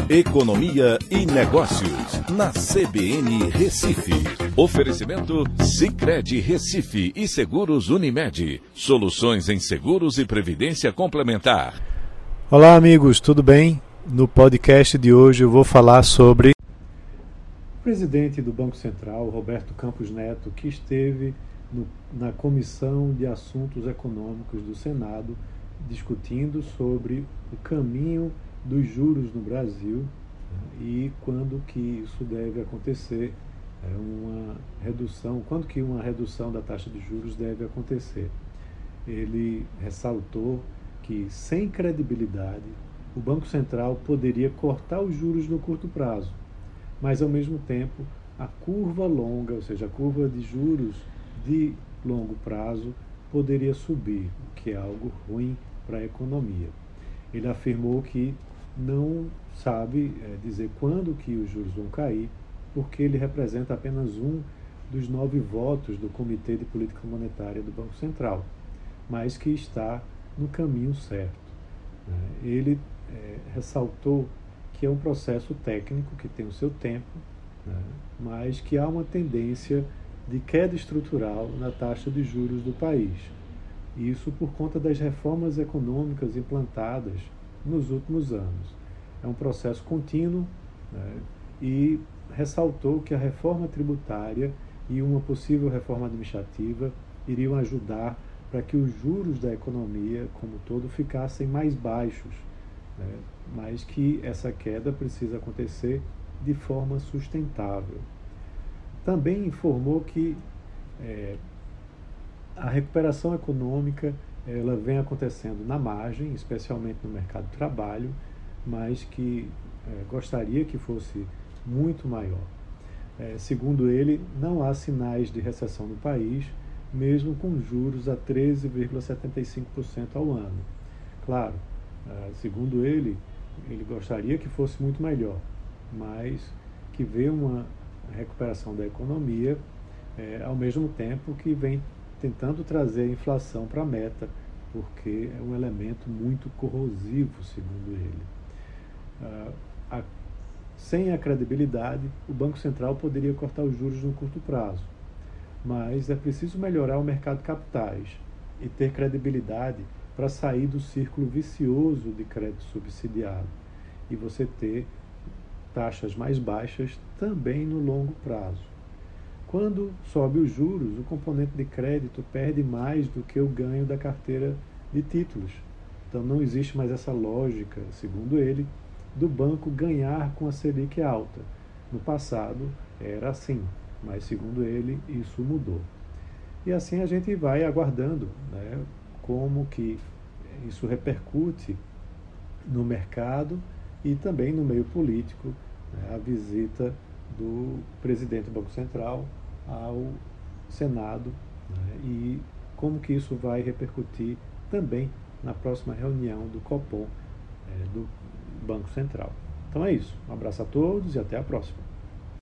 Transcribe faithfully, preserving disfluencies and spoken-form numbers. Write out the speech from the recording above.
Economia e Negócios, na C B N Recife. Oferecimento Sicredi Recife e Seguros Unimed. Soluções em seguros e previdência complementar. Olá amigos, tudo bem? No podcast de hoje eu vou falar sobre o presidente do Banco Central, Roberto Campos Neto, que esteve no, na Comissão de Assuntos Econômicos do Senado discutindo sobre o caminho dos juros no Brasil e quando que isso deve acontecer, é uma redução, quando que uma redução da taxa de juros deve acontecer. Ele ressaltou que sem credibilidade o Banco Central poderia cortar os juros no curto prazo, mas ao mesmo tempo a curva longa, ou seja, a curva de juros de longo prazo poderia subir, o que é algo ruim para a economia. Ele afirmou que não sabe é, dizer quando que os juros vão cair, porque ele representa apenas um dos nove votos do Comitê de Política Monetária do Banco Central, mas que está no caminho certo. Ele é, ressaltou que é um processo técnico que tem o seu tempo, né, mas que há uma tendência de queda estrutural na taxa de juros do país. Isso por conta das reformas econômicas implantadas nos últimos anos. É um processo contínuo, né, e ressaltou que a reforma tributária e uma possível reforma administrativa iriam ajudar para que os juros da economia como um todo ficassem mais baixos, né, mas que essa queda precisa acontecer de forma sustentável. Também informou que é, a recuperação econômica ela vem acontecendo na margem, especialmente no mercado de trabalho, mas que é, gostaria que fosse muito maior. É, segundo ele, não há sinais de recessão no país, mesmo com juros a treze vírgula setenta e cinco por cento ao ano. Claro, é, segundo ele, ele gostaria que fosse muito melhor, mas que vê uma recuperação da economia, é, ao mesmo tempo que vem tentando trazer a inflação para a meta, porque é um elemento muito corrosivo, segundo ele. Uh, a, sem a credibilidade, o Banco Central poderia cortar os juros no curto prazo, mas é preciso melhorar o mercado de capitais e ter credibilidade para sair do círculo vicioso de crédito subsidiado e você ter taxas mais baixas também no longo prazo. Quando sobe os juros, o componente de crédito perde mais do que o ganho da carteira de títulos. Então não existe mais essa lógica, segundo ele, do banco ganhar com a Selic alta. No passado era assim, mas segundo ele isso mudou. E assim a gente vai aguardando, né, como que isso repercute no mercado e também no meio político, né, a visita do presidente do Banco Central ao Senado, né, e como que isso vai repercutir também na próxima reunião do Copom, é, do Banco Central. Então é isso. Um abraço a todos e até a próxima.